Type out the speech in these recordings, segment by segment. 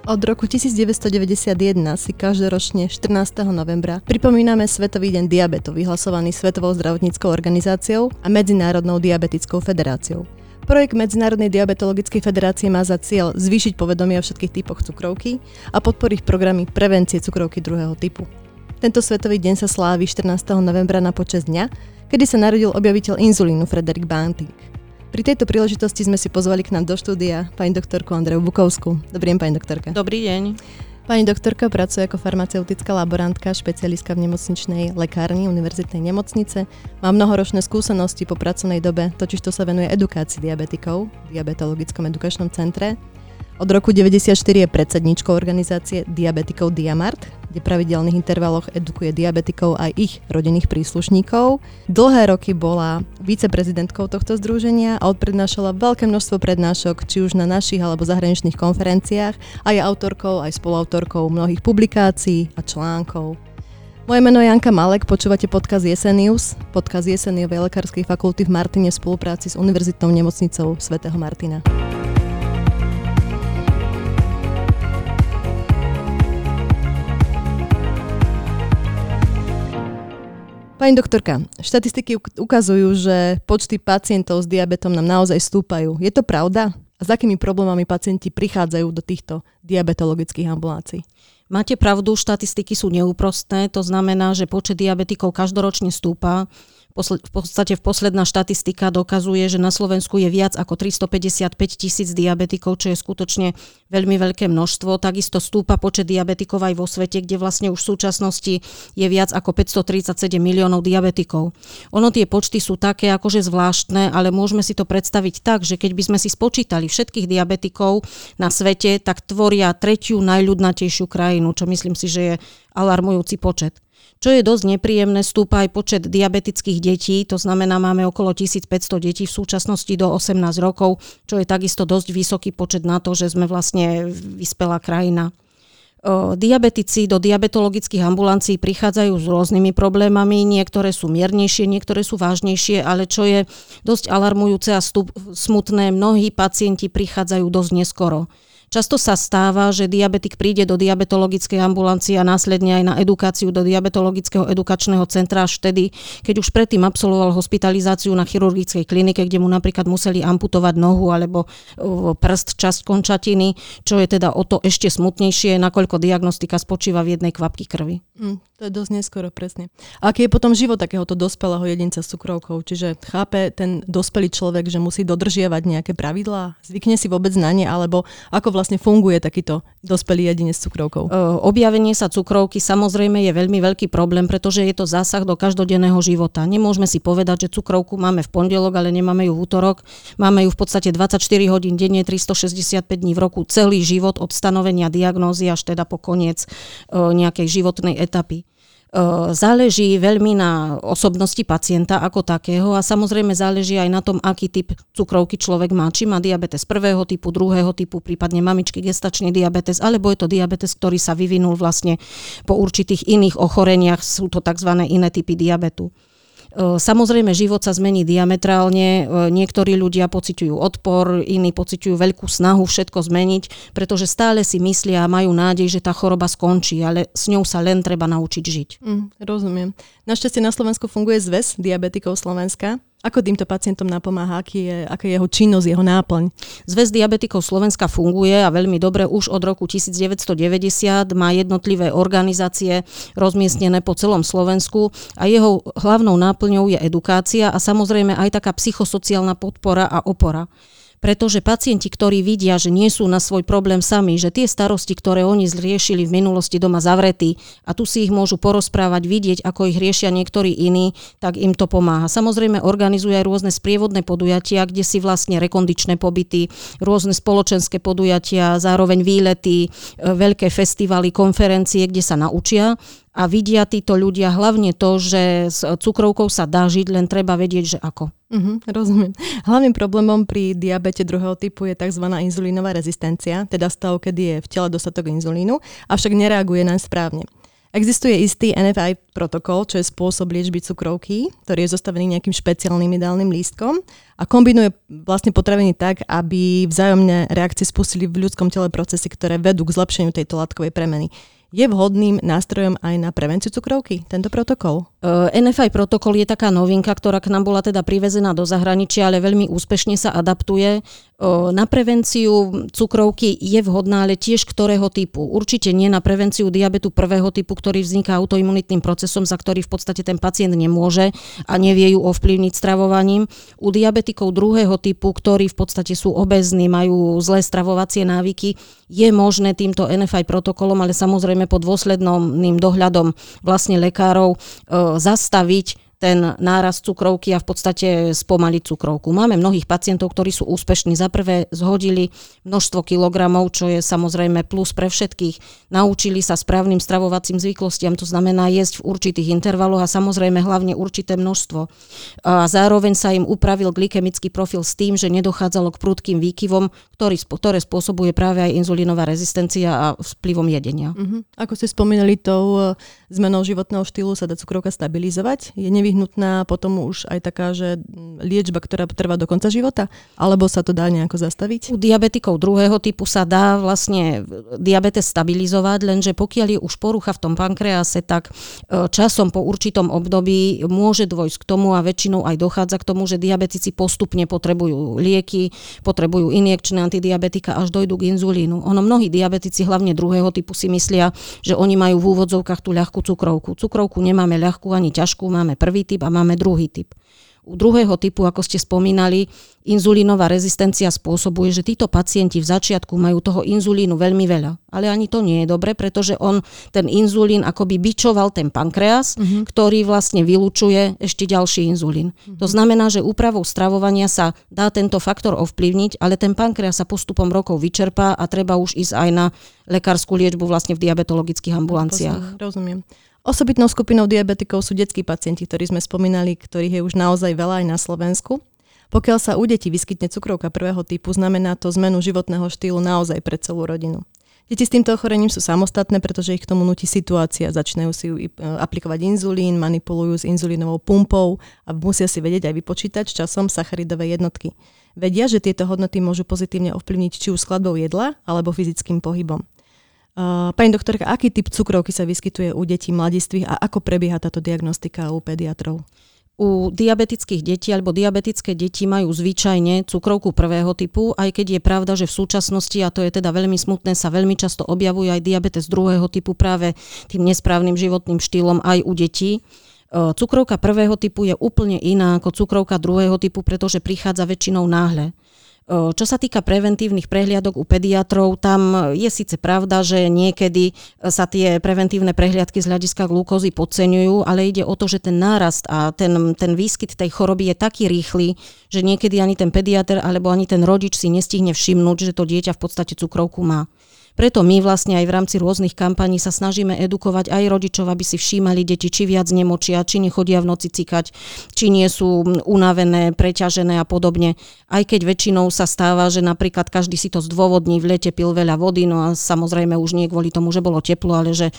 Od roku 1991 si každoročne 14. novembra pripomíname Svetový deň diabetu, vyhlasovaný Svetovou zdravotníckou organizáciou a Medzinárodnou diabetickou federáciou. Projekt Medzinárodnej diabetologickej federácie má za cieľ zvýšiť povedomie o všetkých typoch cukrovky a podporiť programy prevencie cukrovky druhého typu. Tento Svetový deň sa slávi 14. novembra na počesť dňa, kedy sa narodil objaviteľ inzulínu Frederick Banting. Pri tejto príležitosti sme si pozvali k nám do štúdia pani doktorku Andreju Bukovskú. Dobrý deň, pani doktorka. Dobrý deň. Pani doktorka pracuje ako farmaceutická laborantka, špecialistka v nemocničnej lekárni Univerzitnej nemocnice. Má mnohoročné skúsenosti po pracovnej dobe, totižto sa venuje edukácii diabetikov v Diabetologickom edukačnom centre. Od roku 1994 je predsedníčkou organizácie diabetikov Diamart, kde v pravidelných intervaloch edukuje diabetikov aj ich rodinných príslušníkov. Dlhé roky bola viceprezidentkou tohto združenia a odprednášala veľké množstvo prednášok, či už na našich alebo zahraničných konferenciách, a je autorkou aj spoluautorkou mnohých publikácií a článkov. Moje meno je Janka Malek, počúvate podcast Jesenius, podcast Jeseniovej lekárskej fakulty v Martine v spolupráci s Univerzitnou nemocnicou svätého Martina. Pani doktorka, štatistiky ukazujú, že počty pacientov s diabetom nám naozaj stúpajú. Je to pravda? A s akými problémami pacienti prichádzajú do týchto diabetologických ambulácií? Máte pravdu, štatistiky sú neúprostné, to znamená, že počet diabetikov každoročne stúpa. V podstate posledná štatistika dokazuje, že na Slovensku je viac ako 355 000 diabetikov, čo je skutočne veľmi veľké množstvo. Takisto stúpa počet diabetikov aj vo svete, kde vlastne už v súčasnosti je viac ako 537 miliónov diabetikov. Ono tie počty sú také akože zvláštne, ale môžeme si to predstaviť tak, že keď by sme si spočítali všetkých diabetikov na svete, tak tvoria tretiu najľudnatejšiu krajinu, čo myslím si, že je alarmujúci počet. Čo je dosť nepríjemné, stúpa aj počet diabetických detí, to znamená, máme okolo 1500 detí v súčasnosti do 18 rokov, čo je takisto dosť vysoký počet na to, že sme vlastne vyspelá krajina. Diabetici do diabetologických ambulancií prichádzajú s rôznymi problémami, niektoré sú miernejšie, niektoré sú vážnejšie, ale čo je dosť alarmujúce a smutné, mnohí pacienti prichádzajú dosť neskoro. Často sa stáva, že diabetik príde do diabetologickej ambulancie a následne aj na edukáciu do diabetologického edukačného centra až vtedy, keď už predtým absolvoval hospitalizáciu na chirurgickej klinike, kde mu napríklad museli amputovať nohu alebo prst, časť končatiny, čo je teda o to ešte smutnejšie, nakoľko diagnostika spočíva v jednej kvapky krvi. To je dosť neskoro, presne. A aký je potom život takéhoto dospelého jedinca s cukrovkou? Čiže chápe ten dospelý človek, že musí dodržiavať nejaké pravidlá? Zvykne si vôbec na ne? Alebo ako vlastne funguje takýto dospelý jedinec s cukrovkou? Objavenie sa cukrovky samozrejme je veľmi veľký problém, pretože je to zásah do každodenného života. Nemôžeme si povedať, že cukrovku máme v pondelok, ale nemáme ju v utorok. Máme ju v podstate 24 hodín denne, 365 dní v roku, celý život od stanovenia diagnózy až teda po koniec nejakej životnej etapy. Záleží veľmi na osobnosti pacienta ako takého a samozrejme záleží aj na tom, aký typ cukrovky človek má. Či má diabetes prvého typu, druhého typu, prípadne mamičky gestačný diabetes, alebo je to diabetes, ktorý sa vyvinul vlastne po určitých iných ochoreniach, sú to tzv. Iné typy diabetu. Samozrejme, život sa zmení diametrálne, niektorí ľudia pociťujú odpor, iní pociťujú veľkú snahu všetko zmeniť, pretože stále si myslia a majú nádej, že tá choroba skončí, ale s ňou sa len treba naučiť žiť. Rozumiem. Našťastie na Slovensku funguje zväz diabetikov Slovenska. Ako týmto pacientom napomáha? Aká je jeho činnosť, jeho náplň? Zväz diabetikov Slovenska funguje a veľmi dobre už od roku 1990, má jednotlivé organizácie rozmiestnené po celom Slovensku a jeho hlavnou náplňou je edukácia a samozrejme aj taká psychosociálna podpora a opora. Pretože pacienti, ktorí vidia, že nie sú na svoj problém sami, že tie starosti, ktoré oni zriešili v minulosti doma zavretí a tu si ich môžu porozprávať, vidieť, ako ich riešia niektorí iní, tak im to pomáha. Samozrejme organizuje aj rôzne sprievodné podujatia, kde si vlastne rekondičné pobyty, rôzne spoločenské podujatia, zároveň výlety, veľké festivaly, konferencie, kde sa naučia. A vidia títo ľudia hlavne to, že s cukrovkou sa dá žiť, len treba vedieť, že ako. Rozumiem. Hlavným problémom pri diabete druhého typu je tzv. Inzulínová rezistencia, teda stav, kedy je v tele dostatok inzulínu, avšak nereaguje naň správne. Existuje istý NFI protokol, čo je spôsob liečby cukrovky, ktorý je zostavený nejakým špeciálnym ideálnym lístkom a kombinuje vlastne potraviny tak, aby vzájomné reakcie spustili v ľudskom tele procesy, ktoré vedú k zlepšeniu tejto látkovej premeny. Je vhodným nástrojom aj na prevenciu cukrovky, tento protokol? NFI protokol je taká novinka, ktorá k nám bola teda privezená do zahraničia, ale veľmi úspešne sa adaptuje. Na prevenciu cukrovky je vhodná, ale tiež ktorého typu. Určite nie na prevenciu diabetu prvého typu, ktorý vzniká autoimunitným procesom, za ktorý v podstate ten pacient nemôže a nevie ju ovplyvniť stravovaním. U diabetikov druhého typu, ktorí v podstate sú obézni, majú zlé stravovacie návyky, je možné týmto NFI protokolom, ale samozrejme pod dôsledným dohľadom vlastne lekárov zastaviť ten nárast cukrovky a v podstate spomaliť cukrovku. Máme mnohých pacientov, ktorí sú úspešní. Za prvé zhodili množstvo kilogramov, čo je samozrejme plus pre všetkých. Naučili sa správnym stravovacím zvyklostiam, to znamená jesť v určitých intervaloch a samozrejme hlavne určité množstvo. A zároveň sa im upravil glykemický profil s tým, že nedochádzalo k prudkým výkyvom, ktoré spôsobuje práve aj inzulínová rezistencia a vplyvom jedenia. Ako ste spomínali, tou zmenou životného štýlu sa dá cukrovka stabilizovať? Je nevyhnutná potom už aj taká, že liečba, ktorá trvá do konca života? Alebo sa to dá nejako zastaviť? U diabetikov druhého typu sa dá vlastne diabetes stabilizovať, lenže pokiaľ je už porucha v tom pankrease, tak časom po určitom období môže dôjsť k tomu a väčšinou aj dochádza k tomu, že diabetici postupne potrebujú lieky, potrebujú injekčné antidiabetika, až dojdu k inzulínu. Mnohí diabetici, hlavne druhého typu, si myslia, že oni majú v úvodzovkách tú ľahkú cukrovku. Cukrovku nemáme ľahkú ani ťažkú, máme prvý typ a máme druhý typ. U druhého typu, ako ste spomínali, inzulínová rezistencia spôsobuje, že títo pacienti v začiatku majú toho inzulínu veľmi veľa. Ale ani to nie je dobre, pretože ten inzulín akoby bičoval ten pankreas, ktorý vlastne vylučuje ešte ďalší inzulín. To znamená, že úpravou stravovania sa dá tento faktor ovplyvniť, ale ten pankreas sa postupom rokov vyčerpá a treba už ísť aj na lekárskú liečbu vlastne v diabetologických ambulanciách. Rozumiem. Osobitnou skupinou diabetikov sú detskí pacienti, ktorí sme spomínali, ktorých je už naozaj veľa aj na Slovensku. Pokiaľ sa u detí vyskytne cukrovka prvého typu, znamená to zmenu životného štýlu naozaj pre celú rodinu. Deti s týmto ochorením sú samostatné, pretože ich k tomu nutí situácia. Začínajú si aplikovať inzulín, manipulujú s inzulínovou pumpou a musia si vedieť aj vypočítať časom sacharidové jednotky. Vedia, že tieto hodnoty môžu pozitívne ovplyvniť či už skladbou jedla alebo fyzickým pohybom. Pani doktorka, aký typ cukrovky sa vyskytuje u detí mladistvých a ako prebieha táto diagnostika u pediatrov? U diabetických detí alebo diabetické deti majú zvyčajne cukrovku prvého typu, aj keď je pravda, že v súčasnosti, a to je teda veľmi smutné, sa veľmi často objavuje aj diabetes druhého typu práve tým nesprávnym životným štýlom aj u detí. Cukrovka prvého typu je úplne iná ako cukrovka druhého typu, pretože prichádza väčšinou náhle. Čo sa týka preventívnych prehliadok u pediatrov, tam je síce pravda, že niekedy sa tie preventívne prehliadky z hľadiska glukózy podceňujú, ale ide o to, že ten nárast a ten výskyt tej choroby je taký rýchly, že niekedy ani ten pediater alebo ani ten rodič si nestihne všimnúť, že to dieťa v podstate cukrovku má. Preto my vlastne aj v rámci rôznych kampaní sa snažíme edukovať aj rodičov, aby si všímali deti, či viac nemočia, či nechodia v noci cikať, či nie sú unavené, preťažené a podobne. Aj keď väčšinou sa stáva, že napríklad každý si to zdôvodní, v lete pil veľa vody, no a samozrejme už nie kvôli tomu, že bolo teplo, ale že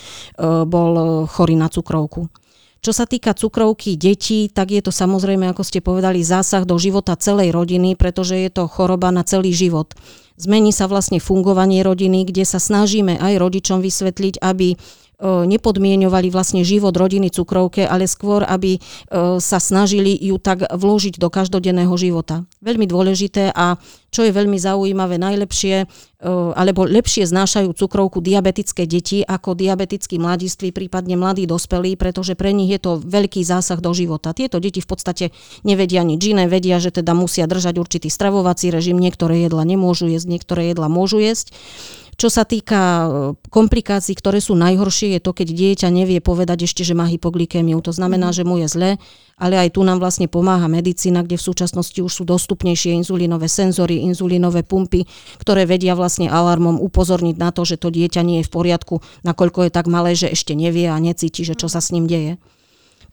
bol chorý na cukrovku. Čo sa týka cukrovky detí, tak je to samozrejme, ako ste povedali, zásah do života celej rodiny, pretože je to choroba na celý život. Zmení sa vlastne fungovanie rodiny, kde sa snažíme aj rodičom vysvetliť, aby nepodmieňovali vlastne život rodiny cukrovke, ale skôr, aby sa snažili ju tak vložiť do každodenného života. Veľmi dôležité a čo je veľmi zaujímavé, najlepšie alebo lepšie znášajú cukrovku diabetické deti ako diabetickí mladiství, prípadne mladí dospelí, pretože pre nich je to veľký zásah do života. Tieto deti v podstate nevedia nič iné, vedia, že teda musia držať určitý stravovací režim, niektoré jedla nemôžu jesť, niektoré jedla môžu jesť. Čo sa týka komplikácií, ktoré sú najhoršie, je to, keď dieťa nevie povedať ešte, že má hypoglykémiu. To znamená, že mu je zle, ale aj tu nám vlastne pomáha medicína, kde v súčasnosti už sú dostupnejšie inzulínové senzory, inzulínové pumpy, ktoré vedia vlastne alarmom upozorniť na to, že to dieťa nie je v poriadku, nakoľko je tak malé, že ešte nevie a necíti, že čo sa s ním deje.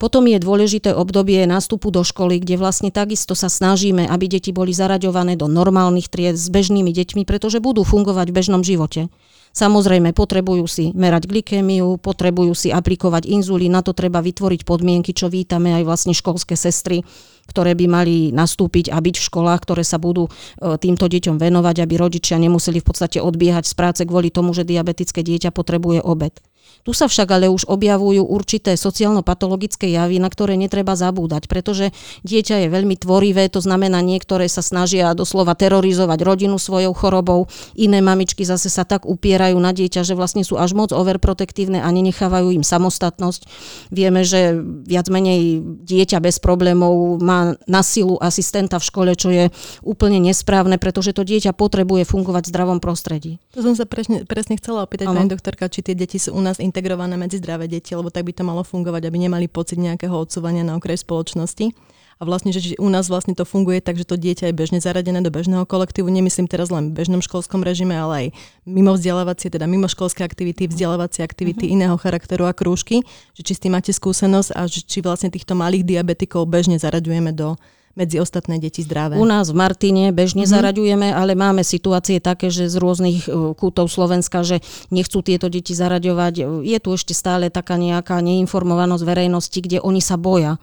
Potom je dôležité obdobie nástupu do školy, kde vlastne takisto sa snažíme, aby deti boli zaraďované do normálnych tried s bežnými deťmi, pretože budú fungovať v bežnom živote. Samozrejme, potrebujú si merať glykémiu, potrebujú si aplikovať inzulín, na to treba vytvoriť podmienky, čo vítame aj vlastne školské sestry, ktoré by mali nastúpiť a byť v školách, ktoré sa budú týmto deťom venovať, aby rodičia nemuseli v podstate odbiehať z práce kvôli tomu, že diabetické dieťa potrebuje obed. Tu sa však ale už objavujú určité sociálno-patologické javy, na ktoré netreba zabúdať, pretože dieťa je veľmi tvorivé, to znamená, niektoré sa snažia doslova terorizovať rodinu svojou chorobou, iné mamičky zase sa tak upierajú na dieťa, že vlastne sú až moc overprotektívne a nenechávajú im samostatnosť. Vieme, že viac menej dieťa bez problémov má na silu asistenta v škole, čo je úplne nesprávne, pretože to dieťa potrebuje fungovať v zdravom prostredí. To som sa presne chcela opýtať, pani doktorka, či tie deti sú u nás integrované medzi zdravé deti, lebo tak by to malo fungovať, aby nemali pocit nejakého odsúvania na okraj spoločnosti. A vlastne, že u nás vlastne to funguje tak, že to dieťa je bežne zaradené do bežného kolektívu. Nemyslím teraz len v bežnom školskom režime, ale aj mimo vzdelávacie, teda mimo školské aktivity, vzdelávacie aktivity iného charakteru a krúžky. Že či s tým máte skúsenosť a či vlastne týchto malých diabetikov bežne zaraďujeme medzi ostatné deti zdravé. U nás v Martine bežne zaraďujeme, ale máme situácie také, že z rôznych kútov Slovenska, že nechcú tieto deti zaraďovať. Je tu ešte stále taká nejaká neinformovanosť verejnosti, kde oni sa boja.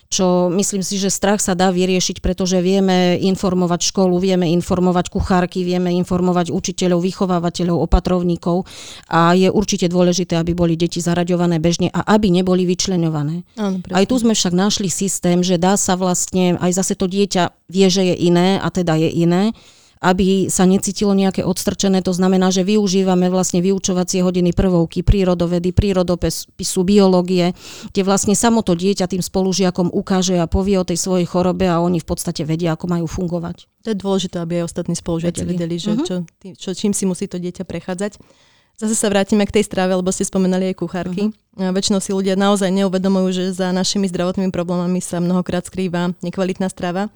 Čo myslím si, že strach sa dá vyriešiť, pretože vieme informovať školu, vieme informovať kuchárky, vieme informovať učiteľov, vychovávateľov, opatrovníkov a je určite dôležité, aby boli deti zaraďované bežne a aby neboli vyčleňované. Aj tu sme však našli systém, že dá sa vlastne, aj zase to dieťa vie, že je iné a teda je iné, aby sa necítilo nejaké odstrčené. To znamená, že využívame vlastne vyučovacie hodiny prvovky, prírodovedy, prírodopisu, biológie, kde vlastne samo to dieťa tým spolužiakom ukáže a povie o tej svojej chorobe a oni v podstate vedia, ako majú fungovať. To je dôležité, aby aj ostatní spolužiaci vedeli, že čím si musí to dieťa prechádzať. Zase sa vrátime k tej strave, lebo ste spomenali aj kuchárky. Väčšinou si ľudia naozaj neuvedomujú, že za našimi zdravotnými problémami sa mnohokrát skrýva nekvalitná strava.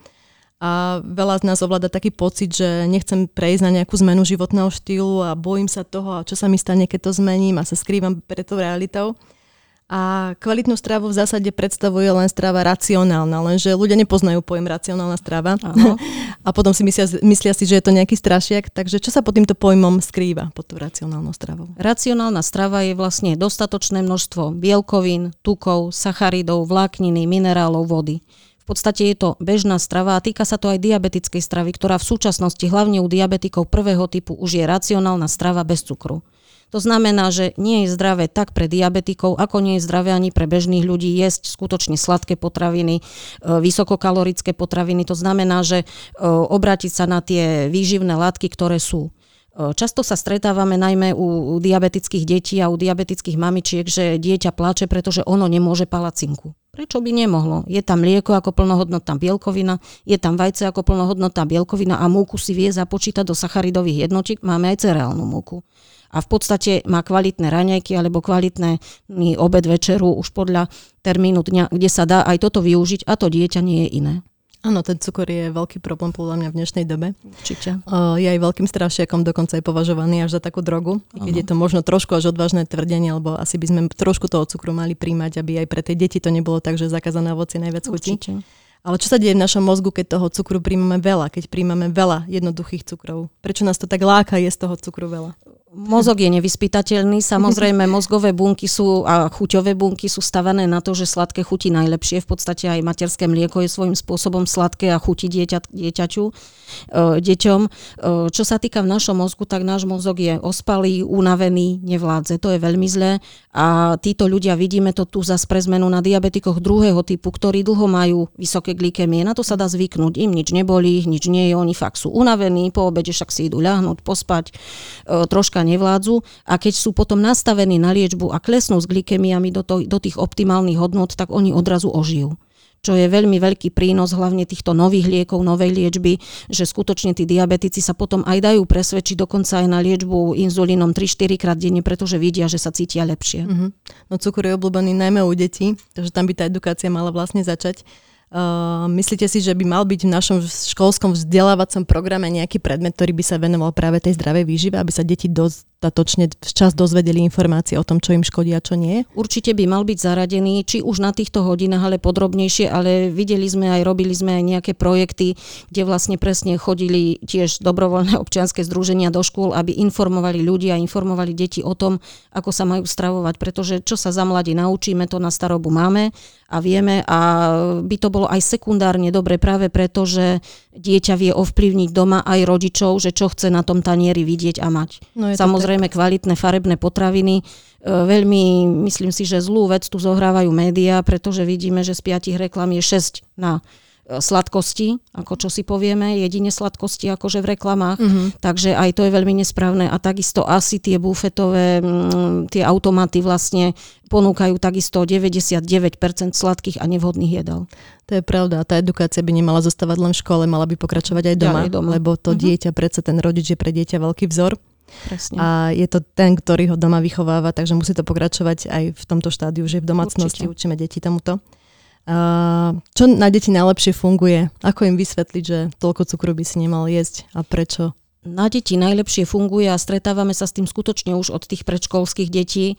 A veľa z nás ovláda taký pocit, že nechcem prejsť na nejakú zmenu životného štýlu a bojím sa toho, a čo sa mi stane, keď to zmením a sa skrývam pred tou realitou. A kvalitnú stravu v zásade predstavuje len strava racionálna, lenže ľudia nepoznajú pojem racionálna strava. A potom si myslia si, že je to nejaký strašiak. Takže čo sa pod týmto pojmom skrýva, pod tú racionálnou stravou? Racionálna strava je vlastne dostatočné množstvo bielkovín, tukov, sacharidov, vlákniny, minerálov, vody. V podstate je to bežná strava a týka sa to aj diabetickej stravy, ktorá v súčasnosti hlavne u diabetikov prvého typu už je racionálna strava bez cukru. To znamená, že nie je zdravé tak pre diabetikov, ako nie je zdravé ani pre bežných ľudí jesť skutočne sladké potraviny, vysokokalorické potraviny. To znamená, že obrátiť sa na tie výživné látky, ktoré sú. Často sa stretávame najmä u diabetických detí a u diabetických mamičiek, že dieťa plače, pretože ono nemôže palacinku. Prečo by nemohlo? Je tam mlieko ako plnohodnotná bielkovina, je tam vajce ako plnohodnotná bielkovina a múku si vie započítať do sacharidových jednotiek, máme aj cereálnu múku. A v podstate má kvalitné raňajky alebo kvalitný obed večeru už podľa termínu dňa, kde sa dá aj toto využiť a to dieťa nie je iné. Áno, ten cukor je veľký problém podľa mňa v dnešnej dobe. Určite. Je aj veľkým strašiakom, dokonca je považovaný až za takú drogu. Keď je to možno trošku až odvážne tvrdenie, lebo asi by sme trošku toho cukru mali príjmať, aby aj pre tie deti to nebolo tak, že zakázané ovocie najviac chutí. Ale čo sa deje v našom mozgu, keď toho cukru príjmame veľa, keď príjmame veľa jednoduchých cukrov? Prečo nás to tak láka jesť toho cukru veľa? Mozog je nevyspytateľný, samozrejme mozgové bunky sú a chuťové bunky sú stavané na to, že sladké chutí najlepšie. V podstate aj materské mlieko je svojím spôsobom sladké a chutí deťom. Čo sa týka v našom mozgu, tak náš mozog je ospalý, unavený, nevládze. To je veľmi zlé a títo ľudia, vidíme to tu zase pre zmenu na diabetikoch druhého typu, ktorí dlho majú vysoké glykémie. Na to sa dá zvyknúť, im nič nebolí, nič nie je, oni fakt sú unavení, po obede však si idú ľahnúť, pospať, troška nevládzu a keď sú potom nastavení na liečbu a klesnú s glykemiami do tých optimálnych hodnôt, tak oni odrazu ožijú. Čo je veľmi veľký prínos hlavne týchto nových liekov, novej liečby, že skutočne tí diabetici sa potom aj dajú presvedčiť dokonca aj na liečbu inzulínom 3-4 krát denne, pretože vidia, že sa cítia lepšie. No cukor je obľúbený najmä u detí, takže tam by tá edukácia mala vlastne začať. Myslíte si, že by mal byť v našom školskom vzdelávacom programe nejaký predmet, ktorý by sa venoval práve tej zdravej výžive, aby sa deti dostatočne včas dozvedeli informácie o tom, čo im škodí a čo nie? Určite by mal byť zaradený, či už na týchto hodinách, ale podrobnejšie, ale videli sme robili sme aj nejaké projekty, kde vlastne presne chodili tiež dobrovoľné občianske združenia do škôl, aby informovali ľudia, informovali deti o tom, ako sa majú stravovať, pretože čo sa za mladí naučíme, to na starobu máme a vieme a by to bolo aj sekundárne dobre práve preto, že dieťa vie ovplyvniť doma aj rodičov, že čo chce na tom tanieri vidieť a mať. No samozrejme kvalitné farebné potraviny. Veľmi, myslím si, že zlú vec tu zohrávajú médiá, pretože vidíme, že z 5 reklám je 6 na sladkosti, ako čo si povieme, jedine sladkosti akože v reklamách, takže aj to je veľmi nesprávne a takisto asi tie bufetové, tie automaty vlastne ponúkajú takisto 99% sladkých a nevhodných jedál. To je pravda, tá edukácia by nemala zostávať len v škole, mala by pokračovať aj doma. Lebo to dieťa, predsa ten rodič je pre dieťa veľký vzor. Presne. A je to ten, ktorý ho doma vychováva, takže musí to pokračovať aj v tomto štádiu, že v domácnosti učíme deti tomuto. Čo na deti najlepšie funguje? Ako im vysvetliť, že toľko cukru by si nemal jesť a prečo? Na deti najlepšie funguje a stretávame sa s tým skutočne už od tých predškolských detí.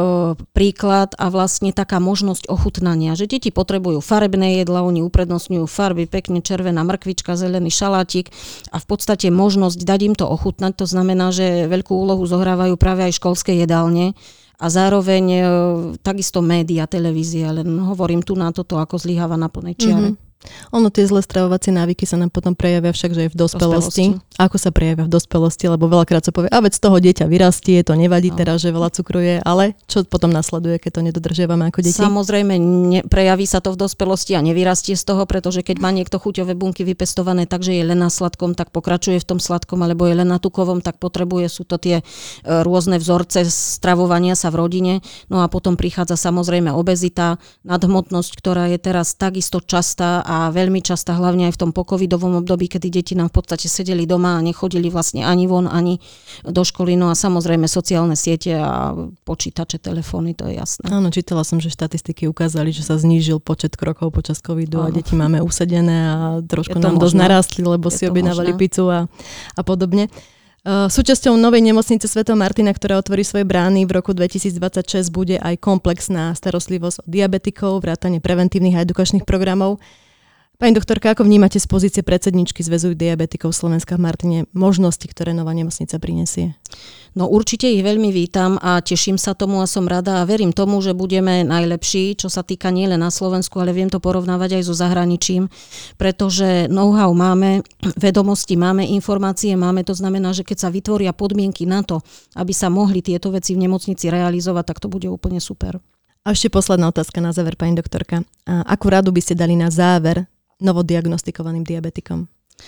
Príklad a vlastne taká možnosť ochutnania, že deti potrebujú farebné jedla, oni uprednostňujú farby, pekne červená mrkvička, zelený šalátik a v podstate možnosť dať im to ochutnať, to znamená, že veľkú úlohu zohrávajú práve aj školské jedálne. A zároveň takisto média, televízia, len hovorím tu na toto, ako zlyháva na plnej čiare. Ono, tie zlé stravovacie návyky sa nám potom prejavia však, že aj v dospelosti. Ako sa prejavia v dospelosti, lebo veľakrát sa povie, a veď z toho dieťa vyrastie, to nevadí teraz, že veľa cukru je, ale čo potom nasleduje, keď to nedodržiavame ako deti? Samozrejme, prejaví sa to v dospelosti a nevyrastie z toho, pretože keď má niekto chuťové bunky vypestované, takže je len na sladkom, tak pokračuje v tom sladkom, alebo je len na tukovom, tak potrebuje, sú to tie rôzne vzorce stravovania sa v rodine. No a potom prichádza samozrejme obezita, nadhmotnosť, ktorá je teraz takisto častá a veľmi často, hlavne aj v tom pocovidovom období, kedy deti nám v podstate sedeli doma a nechodili vlastne ani von, ani do školy. No a samozrejme sociálne siete a počítače, telefóny, to je jasné. Áno, čítala som, že štatistiky ukázali, že sa znížil počet krokov počas covidu a deti máme usedené a trošku nám dosť narástli, lebo si objednávali pizzu a podobne. Súčasťou novej nemocnice Sv. Martina, ktorá otvorí svoje brány v roku 2026, bude aj komplexná starostlivosť o diabetikov, vrátane preventívnych a edukačných programov. Pani doktorka, ako vnímate z pozície predsedničky Zväzu diabetikov Slovenska v Martine možnosti, ktoré nová nemocnica prinesie? No určite ich veľmi vítam a teším sa tomu a som rada a verím tomu, že budeme najlepší, čo sa týka nielen na Slovensku, ale viem to porovnávať aj so zahraničím, pretože know-how máme, vedomosti máme, informácie máme, to znamená, že keď sa vytvoria podmienky na to, aby sa mohli tieto veci v nemocnici realizovať, tak to bude úplne super. A ešte posledná otázka na záver, pani doktorka. Akú radu by ste dali na záver novodiagnostikovaným diabetikom?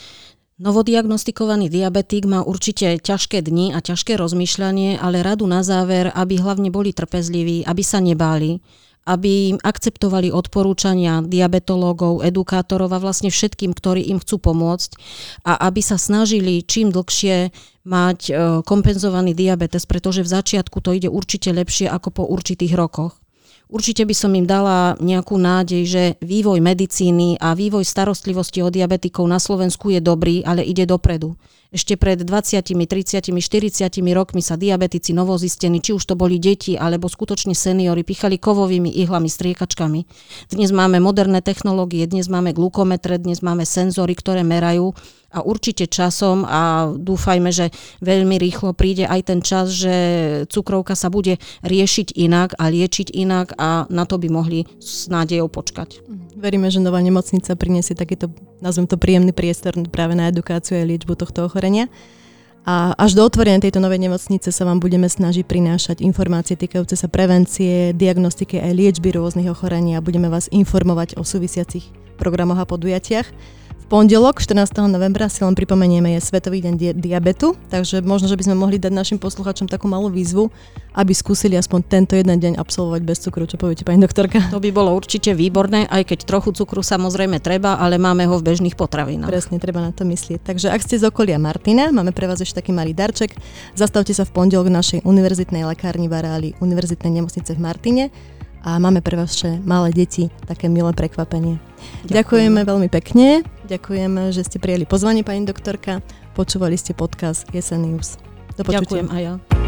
Novodiagnostikovaný diabetik má určite ťažké dni a ťažké rozmýšľanie, ale radu na záver, aby hlavne boli trpezliví, aby sa nebáli, aby akceptovali odporúčania diabetológov, edukátorov a vlastne všetkým, ktorí im chcú pomôcť a aby sa snažili čím dlhšie mať kompenzovaný diabetes, pretože v začiatku to ide určite lepšie ako po určitých rokoch. Určite by som im dala nejakú nádej, že vývoj medicíny a vývoj starostlivosti o diabetikov na Slovensku je dobrý, ale ide dopredu. Ešte pred 20, 30, 40 rokmi sa diabetici novozistení, či už to boli deti, alebo skutočne seniori, pichali kovovými ihlami, striekačkami. Dnes máme moderné technológie, dnes máme glukometre, dnes máme senzory, ktoré merajú a určite časom a dúfajme, že veľmi rýchlo príde aj ten čas, že cukrovka sa bude riešiť inak a liečiť inak a na to by mohli s nádejou počkať. Veríme, že nová nemocnica priniesie takýto, nazvem to, príjemný priestor práve na edukáciu a liečbu tohto ochorenia. A až do otvorenia tejto novej nemocnice sa vám budeme snažiť prinášať informácie týkajúce sa prevencie, diagnostiky aj liečby rôznych ochorení a budeme vás informovať o súvisiacich programoch a podujatiach. V pondelok, 14. novembra, si len pripomenieme, je Svetový deň diabetu, takže možno, že by sme mohli dať našim poslucháčom takú malú výzvu, aby skúsili aspoň tento jeden deň absolvovať bez cukru. Čo poviete, pani doktorka? To by bolo určite výborné, aj keď trochu cukru samozrejme treba, ale máme ho v bežných potravinách. Presne, treba na to myslieť. Takže ak ste z okolia Martina, máme pre vás ešte taký malý darček. Zastavte sa v pondelok v našej univerzitnej lekárni v areáli Univerzitnej nemocnice v Martine. A máme pre vás malé deti také milé prekvapenie. Ďakujeme veľmi pekne. Ďakujeme, že ste prijali pozvanie, pani doktorka. Počúvali ste podcast Jesenius. Do počutia. Ďakujem aj ja.